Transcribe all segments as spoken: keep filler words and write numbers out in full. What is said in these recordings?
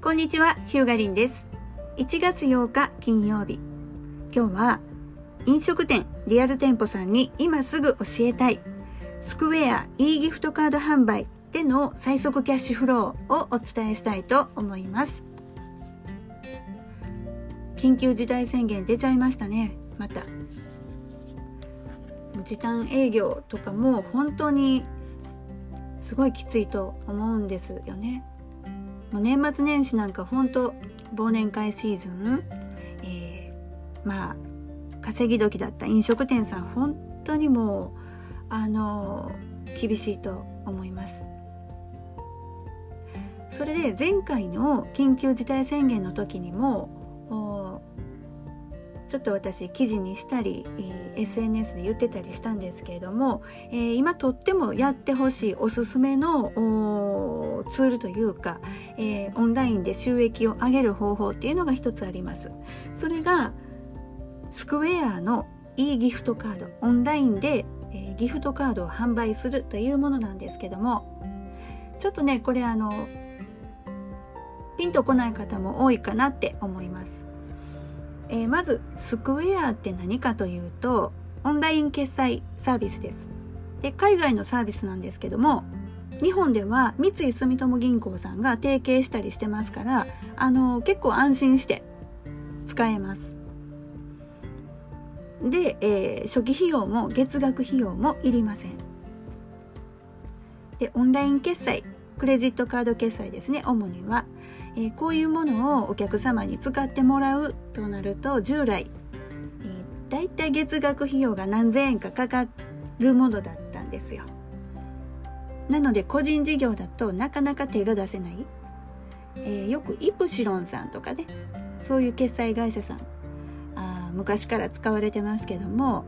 こんにちは、ヒューガリンです。いちがつようか金曜日。今日は飲食店リアル店舗さんに今すぐ教えたいスクエア e ギフトカード販売での最速キャッシュフローをお伝えしたいと思います。緊急事態宣言出ちゃいましたね。また時短営業とかも本当にすごいきついと思うんですよね。もう年末年始なんか本当忘年会シーズン、えー、まあ稼ぎ時だった飲食店さん本当にもうあの厳しいと思います。それで前回の緊急事態宣言の時にもちょっと私記事にしたり エスエヌエス で言ってたりしたんですけれども、えー、今とってもやってほしいおすすめのツールというか、えー、オンラインで収益を上げる方法っていうのが一つあります。それがスクエアの e ギフトカード、オンラインで、えー、ギフトカードを販売するというものなんですけども、ちょっとねこれあのピンとこない方も多いかなって思います。えー、まずスクエアって何かというとオンライン決済サービスです。で海外のサービスなんですけども、日本では三井住友銀行さんが提携したりしてますから、あのー、結構安心して使えます。で、えー、初期費用も月額費用もいりません。でオンライン決済、クレジットカード決済ですね、主には、えー、こういうものをお客様に使ってもらうとなると従来、えー、だいたい月額費用が何千円かかかるものだったんですよ。なので個人事業だとなかなか手が出せない、えー、よくイプシロンさんとかね、そういう決済会社さん、あ昔から使われてますけども、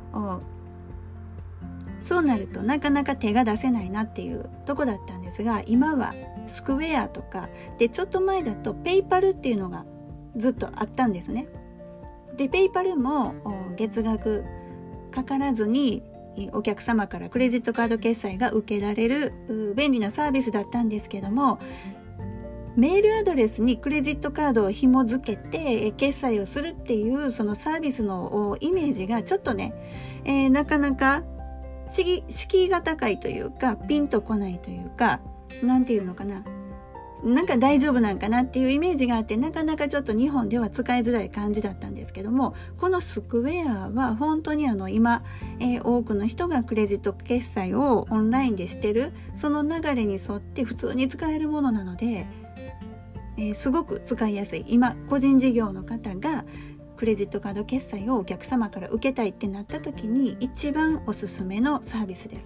そうなるとなかなか手が出せないなっていうとこだったんですが、今はスクエアとかで、ちょっと前だとペイパルっていうのがずっとあったんですね。でペイパルも月額かからずにお客様からクレジットカード決済が受けられる便利なサービスだったんですけども、メールアドレスにクレジットカードを紐付けて決済をするっていうそのサービスのイメージがちょっとね、えー、なかなか敷居が高いというかピンとこないというか、なんていうのかな、なんか大丈夫なんかなっていうイメージがあって、なかなかちょっと日本では使いづらい感じだったんですけども、このスクエアは本当にあの今、えー、多くの人がクレジット決済をオンラインでしてる、その流れに沿って普通に使えるものなので、えー、すごく使いやすい。今個人事業の方がクレジットカード決済をお客様から受けたいってなった時に一番おすすめのサービスです。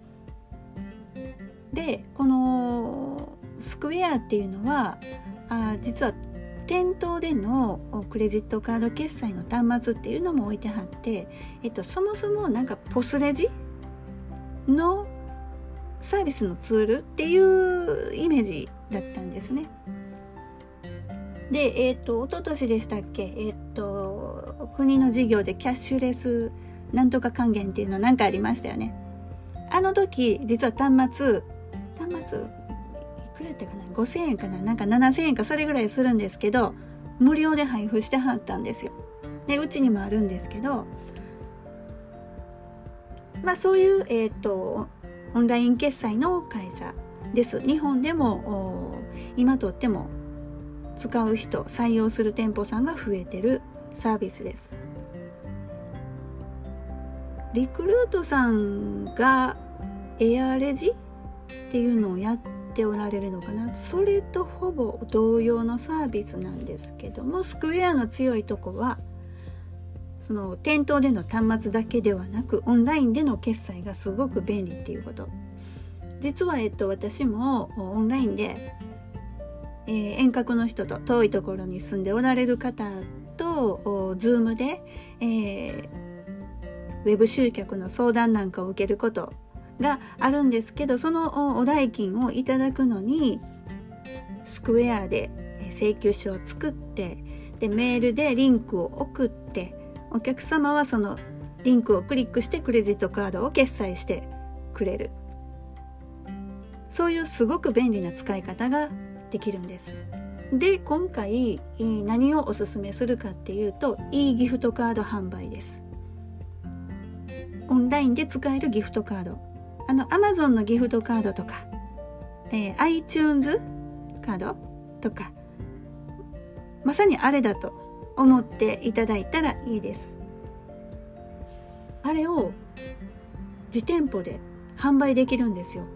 でこのスクエアっていうのはあ実は店頭でのクレジットカード決済の端末っていうのも置いてはって、えっと、そもそもなんかポスレジのサービスのツールっていうイメージだったんですね。で、えっと、一昨年でしたっけ、えっと、国の事業でキャッシュレスなんとか還元っていうのなんかありましたよね。あの時、実は端末、端末、いくらやったかな、ごせんえんかな、なんかななせんえんかそれぐらいするんですけど、無料で配布してはったんですよ。で、うちにもあるんですけど、まあそういう、えっと、オンライン決済の会社です。日本でも、今とっても、使う人、採用する店舗さんが増えてるサービスです。リクルートさんがエアレジっていうのをやっておられるのかな。それとほぼ同様のサービスなんですけども、スクエアの強いとこはその店頭での端末だけではなくオンラインでの決済がすごく便利っていうこと。実は、えっと、私もオンラインでえー、遠隔の人と遠いところに住んでおられる方とズームで、えー、ウェブ集客の相談なんかを受けることがあるんですけど、そのお代金をいただくのにスクエアで請求書を作って、でメールでリンクを送って、お客様はそのリンクをクリックしてクレジットカードを決済してくれる、そういうすごく便利な使い方ができるんです。 で今回何をおすすめするかっていうと e ギフトカード販売です。オンラインで使えるギフトカード、あの Amazon のギフトカードとか、えー、iTunes カードとか、まさにあれだと思っていただいたらいいです。あれを自店舗で販売できるんですよ。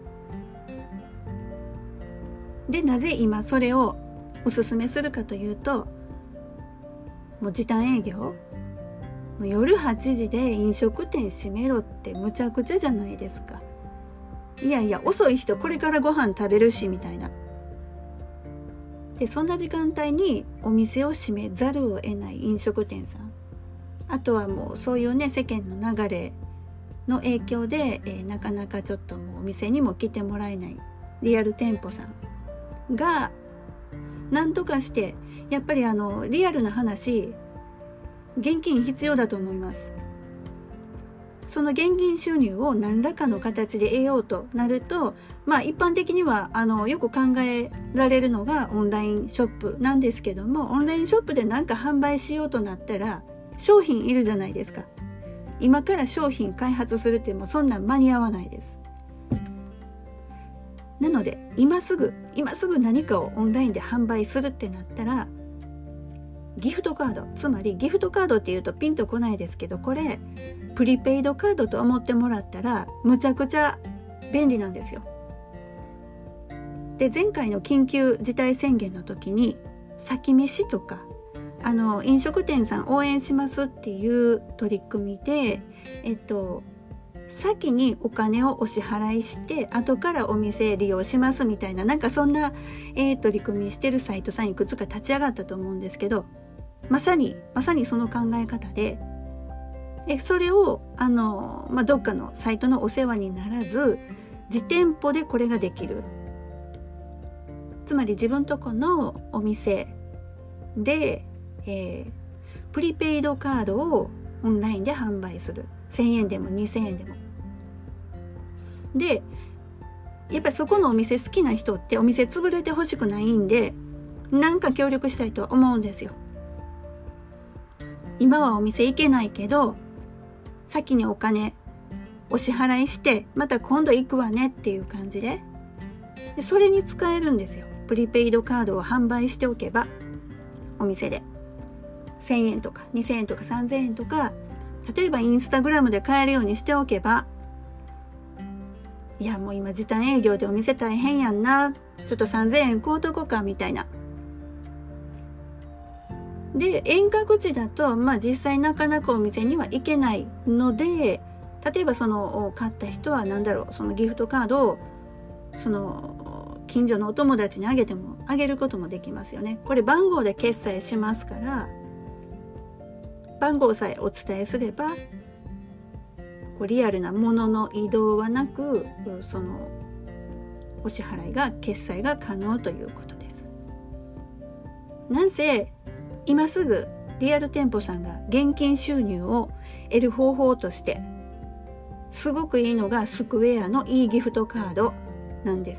で、なぜ今それをおすすめするかというと、もう時短営業、もう夜はちじで飲食店閉めろってむちゃくちゃじゃないですか。いやいや、遅い人これからご飯食べるしみたいな。で、そんな時間帯にお店を閉めざるを得ない飲食店さん、あとはもうそういうね、世間の流れの影響で、えー、なかなかちょっともうお店にも来てもらえないリアル店舗さんがなんとかして、やっぱりあのリアルな話、現金必要だと思います。その現金収入を何らかの形で得ようとなると、まあ一般的にはあのよく考えられるのがオンラインショップなんですけども、オンラインショップで何か販売しようとなったら商品いるじゃないですか。今から商品開発するってもうそんなん間に合わないです。なので今すぐ今すぐ何かをオンラインで販売するってなったら、ギフトカード、つまりギフトカードっていうとピンとこないですけど、これプリペイドカードと思ってもらったらむちゃくちゃ便利なんですよ。で、前回の緊急事態宣言の時に先飯とかあの飲食店さん応援しますっていう取り組みで、えっと先にお金をお支払いして後からお店利用しますみたいな、なんかそんな、えー、取り組みしてるサイトさんいくつか立ち上がったと思うんですけど、まさにまさにその考え方で、えそれをあの、まあ、どっかのサイトのお世話にならず自店舗でこれができる。つまり自分とこのお店で、えー、プリペイドカードをオンラインで販売する。せんえんでもにせんえんでも。で、やっぱりそこのお店好きな人ってお店潰れてほしくないんで、なんか協力したいとは思うんですよ。今はお店行けないけど、先にお金お支払いしてまた今度行くわねっていう感じで、でそれに使えるんですよ。プリペイドカードを販売しておけば、お店でせんえんとかにせんえんとかさんぜんえんとか、例えばインスタグラムで買えるようにしておけば、いやもう今時短営業でお店大変やんな、ちょっとさんぜんえん買うとこかみたいな。で、遠隔地だとまあ実際なかなかお店には行けないので、例えばその買った人は何だろう、そのギフトカードをその近所のお友達にあげてもあげることもできますよね。これ番号で決済しますから、番号さえお伝えすればこうリアルなものの移動はなく、そのお支払いが決済が可能ということです。なんせ今すぐリアル店舗さんが現金収入を得る方法としてすごくいいのがスクエアの e ギフトカードなんです。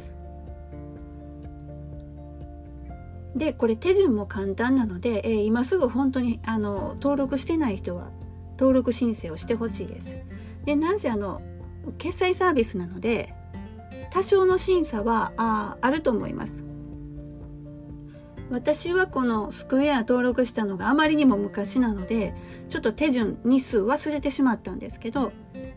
で、これ手順も簡単なので、えー、今すぐ本当にあの登録してない人は登録申請をしてほしいです。で、なんせあの決済サービスなので多少の審査は あ, あると思います。私はこのスクエア登録したのがあまりにも昔なのでちょっと手順日数忘れてしまったんですけど、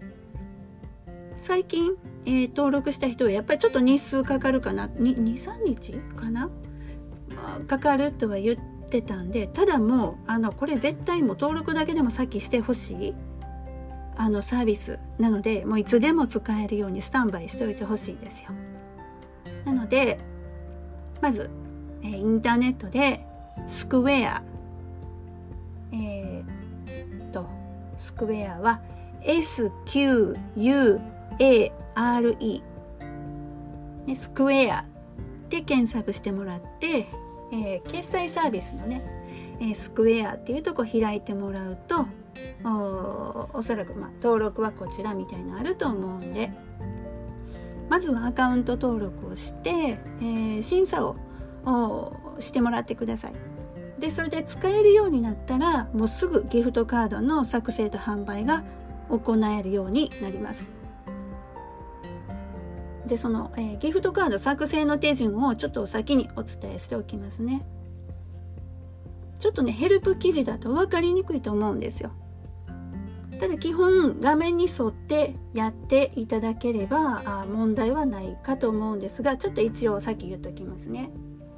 最近、えー、登録した人はやっぱりちょっと日数かかるかな、にさんにちかなかかるとは言ってたんで、ただもうあのこれ絶対もう登録だけでも先してほしいあのサービスなので、もういつでも使えるようにスタンバイしておいてほしいですよ。なのでまず、えー、インターネットでスクエア、えー、っとスクエアは エスキューユーエーアールイー ね、スクエアで検索してもらって、えー、決済サービスのね、えー、スクエアっていうとこ開いてもらうと お, おそらく、まあ、登録はこちらみたいなのあると思うんで、まずはアカウント登録をして、えー、審査をしてもらってください。でそれで使えるようになったらもうすぐギフトカードの作成と販売が行えるようになります。でその、えー、ギフトカード作成の手順をちょっとお先にお伝えしておきますね。ちょっとねヘルプ記事だと分かりにくいと思うんですよ。ただ基本画面に沿ってやっていただければあ問題はないかと思うんですが、ちょっと一応先言っときますね。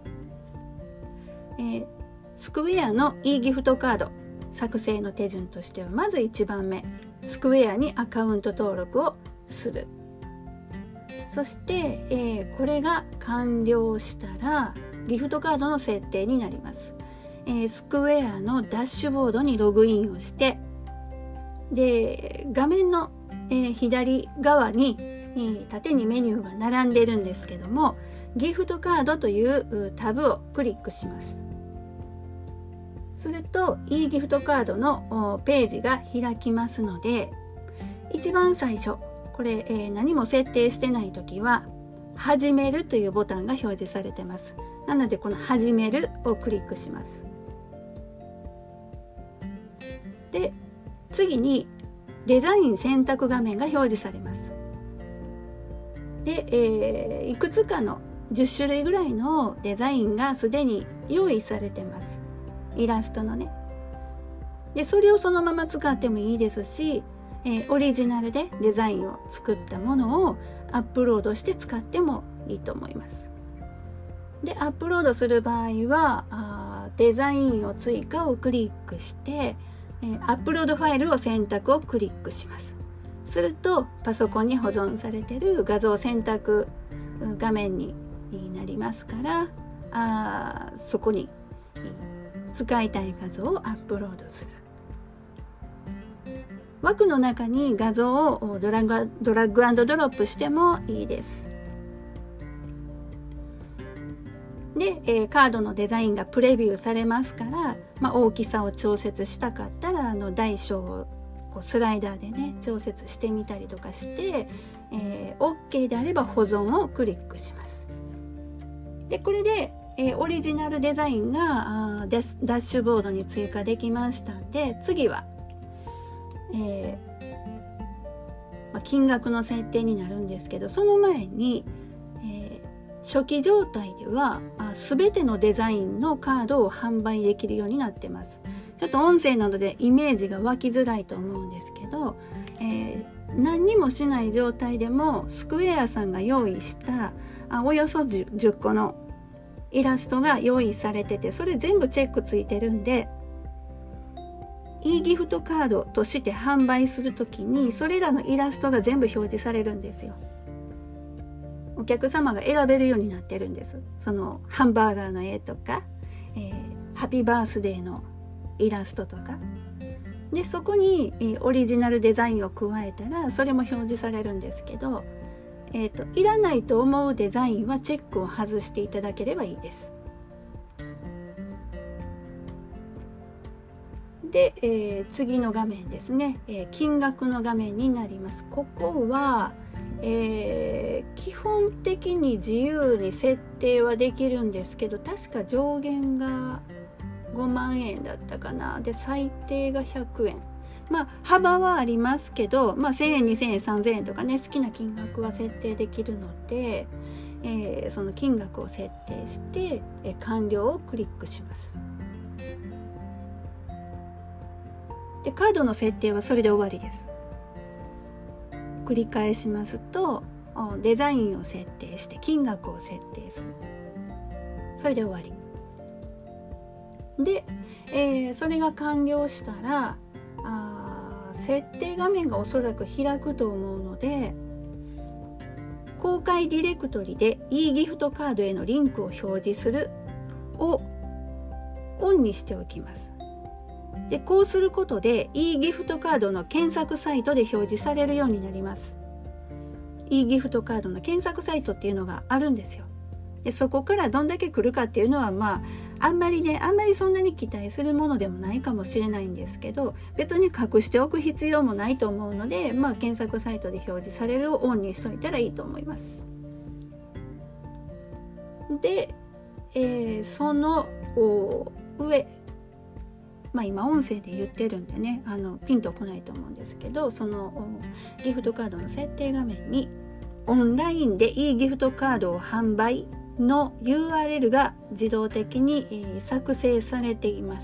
えー、スクウェアの e ギフトカード作成の手順としては、まずいちばんめ、スクウェアにアカウント登録をする。そして、えー、これが完了したらギフトカードの設定になります。えー、スクウェアのダッシュボードにログインをして、で画面の、えー、左側に、えー、縦にメニューが並んでるんですけども、ギフトカードというタブをクリックします。すると e ギフトカードのページが開きますので、一番最初これ、えー、何も設定してない時は始めるというボタンが表示されてます。なのでこの始めるをクリックします。で次にデザイン選択画面が表示されます。で、えー、いくつかのじゅっしゅるいぐらいのデザインがすでに用意されてます。イラストのね。でそれをそのまま使ってもいいですし、えー、オリジナルでデザインを作ったものをアップロードして使ってもいいと思います。でアップロードする場合はあデザインを追加をクリックして、えー、アップロードファイルを選択をクリックします。するとパソコンに保存されている画像選択画面になりますから、あそこに使いたい画像をアップロードする。枠の中に画像をドラッグ、ドラッグ&ドロップしてもいいです。で、えー、カードのデザインがプレビューされますから、まあ、大きさを調節したかったらあの大小をこうスライダーでね調節してみたりとかして、えー、OK であれば保存をクリックします。でこれで、えー、オリジナルデザインがあダッダッシュボードに追加できましたんで、次は、えーまあ、金額の設定になるんですけど、その前に、えー、初期状態ではあ全てのデザインのカードを販売できるようになってます。ちょっと音声などでイメージが湧きづらいと思うんですけど、えー、何にもしない状態でもスクエアさんが用意したあおよそ 10, じゅっこのイラストが用意されてて、それ全部チェックついてるんで e ギフトカードとして販売するときにそれらのイラストが全部表示されるんですよ。お客様が選べるようになってるんです。そのハンバーガーの絵とか、えー、ハッピーバースデーのイラストとかで、そこに、えー、オリジナルデザインを加えたらそれも表示されるんですけど、えーと、いらないと思うデザインはチェックを外していただければいいです。で、えー、次の画面ですね、えー、金額の画面になります。ここは、えー、基本的に自由に設定はできるんですけど、確か上限がごまんえんだったかな。で最低がひゃくえん、まあ幅はありますけど、まあ、せんえんにせんえんさんぜんえんとかね、好きな金額は設定できるので、えー、その金額を設定して、えー、完了をクリックします。でカードの設定はそれで終わりです。繰り返しますと、デザインを設定して金額を設定する、それで終わりで、えー、それが完了したらあ設定画面がおそらく開くと思うので、公開ディレクトリで e ギフトカードへのリンクを表示するをオンにしておきます。でこうすることで e ギフトカードの検索サイトで表示されるようになります。 e ギフトカードの検索サイトっていうのがあるんですよ。でそこからどんだけ来るかっていうのはまああんまりねあんまりそんなに期待するものでもないかもしれないんですけど、別に隠しておく必要もないと思うので、まあ、検索サイトで表示されるをオンにしといたらいいと思います。で、 えー、その上、まあ今音声で言ってるんでね、あのピンとこないと思うんですけど、そのギフトカードの設定画面にオンラインでいいギフトカードを販売の ユーアールエル が自動的に、えー、作成されています。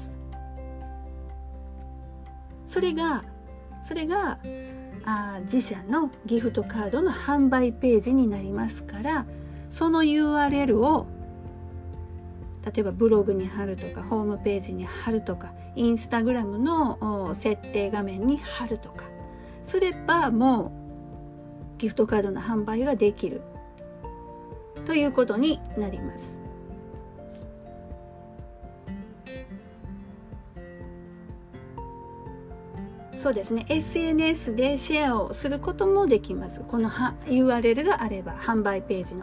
それがそれがあ自社のギフトカードの販売ページになりますから、その ユーアールエル を例えばブログに貼るとか、ホームページに貼るとか、インスタグラムの設定画面に貼るとかすれば、もうギフトカードの販売ができるということになります。そうですね、エスエヌエス でシェアをすることもできます。この ユーアールエル があれば、販売ページの。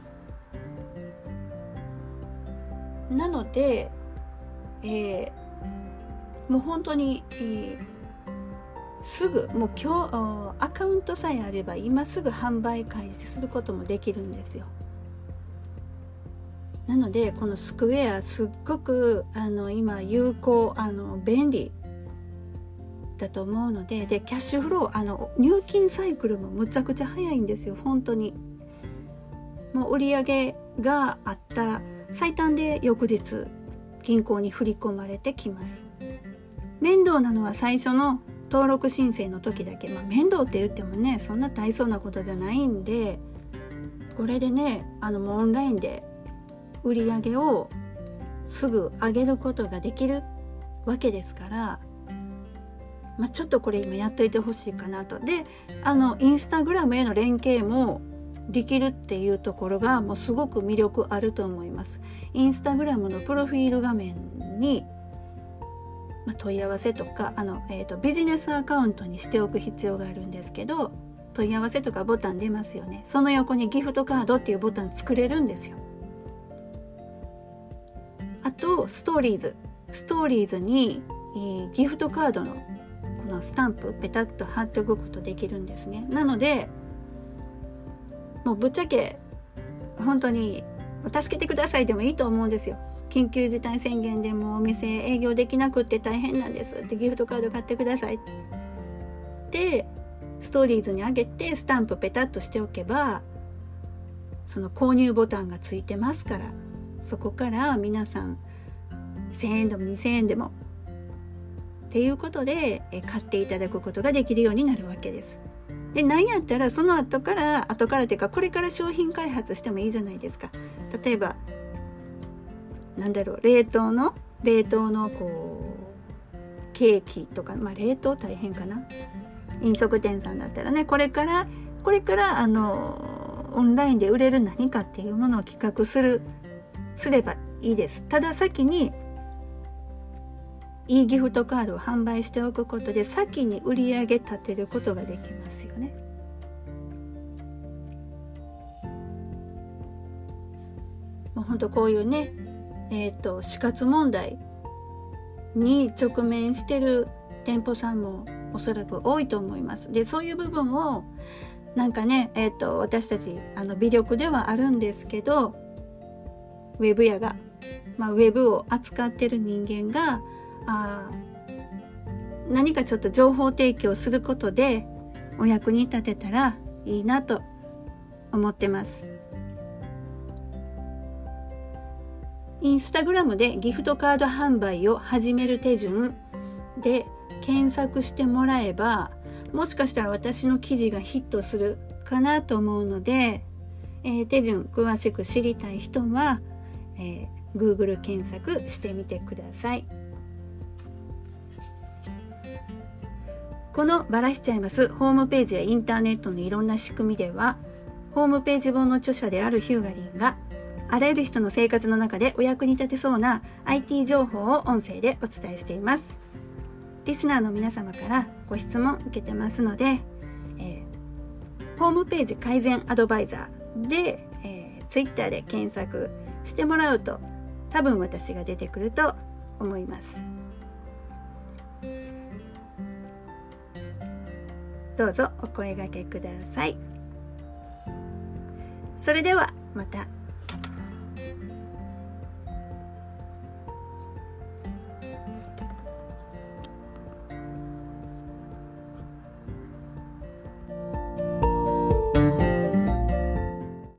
なので、えー、もう本当に、えー、すぐもう今日アカウントさえあれば今すぐ販売開始することもできるんですよ。なのでこのスクエアすっごくあの今有効、あの便利だと思うので、でキャッシュフロー、あの入金サイクルもむちゃくちゃ早いんですよ。本当にもう売り上げがあった最短で翌日銀行に振り込まれてきます。面倒なのは最初の登録申請の時だけ、まあ、面倒って言ってもねそんな大層なことじゃないんで、これでねあのもうオンラインで売り上げをすぐ上げることができるわけですから、まあ、ちょっとこれ今やっといてほしいかなと。であのインスタグラムへの連携もできるっていうところがもうすごく魅力あると思います。インスタグラムのプロフィール画面に、まあ、問い合わせとかあの、えーと、ビジネスアカウントにしておく必要があるんですけど、問い合わせとかボタン出ますよね。その横にギフトカードっていうボタン作れるんですよ。あとストーリーズストーリーズに、えー、ギフトカードのこのスタンプペタッと貼っておくことできるんですね。なのでもうぶっちゃけ本当に助けてくださいでもいいと思うんですよ。緊急事態宣言でもお店営業できなくって大変なんですって、ギフトカード買ってくださいってストーリーズに上げてスタンプペタッとしておけば、その購入ボタンがついてますから、そこから皆さんせんえんでもにせんえんでもっていうことで買っていただくことができるようになるわけです。で何やったらその後から後からというかこれから商品開発してもいいじゃないですか。例えばなんだろう、冷凍の冷凍のこうケーキとか、まあ冷凍大変かな、飲食店さんだったらね、これからこれからあのオンラインで売れる何かっていうものを企画するすればいいです。ただ先にいいギフトカードを販売しておくことで先に売り上げ立てることができますよね。もう本当こういうね、えっと死活問題に直面してる店舗さんもおそらく多いと思います。でそういう部分をなんかね、えっと私たちあの微力ではあるんですけど、ウェブ屋が、まあ、ウェブを扱ってる人間があ何かちょっと情報提供することでお役に立てたらいいなと思ってます。インスタグラムでギフトカード販売を始める手順で検索してもらえば、もしかしたら私の記事がヒットするかなと思うので、えー、手順詳しく知りたい人は、えー、Google 検索してみてください。このバラしちゃいますホームページやインターネットのいろんな仕組みでは、ホームページ本の著者であるヒューガリンがあらゆる人の生活の中でお役に立てそうな アイティー 情報を音声でお伝えしています。リスナーの皆様からご質問受けてますので、えー、ホームページ改善アドバイザーで、えー、Twitter で検索してもらうと多分私が出てくると思います。どうぞお声掛けください。それではまた。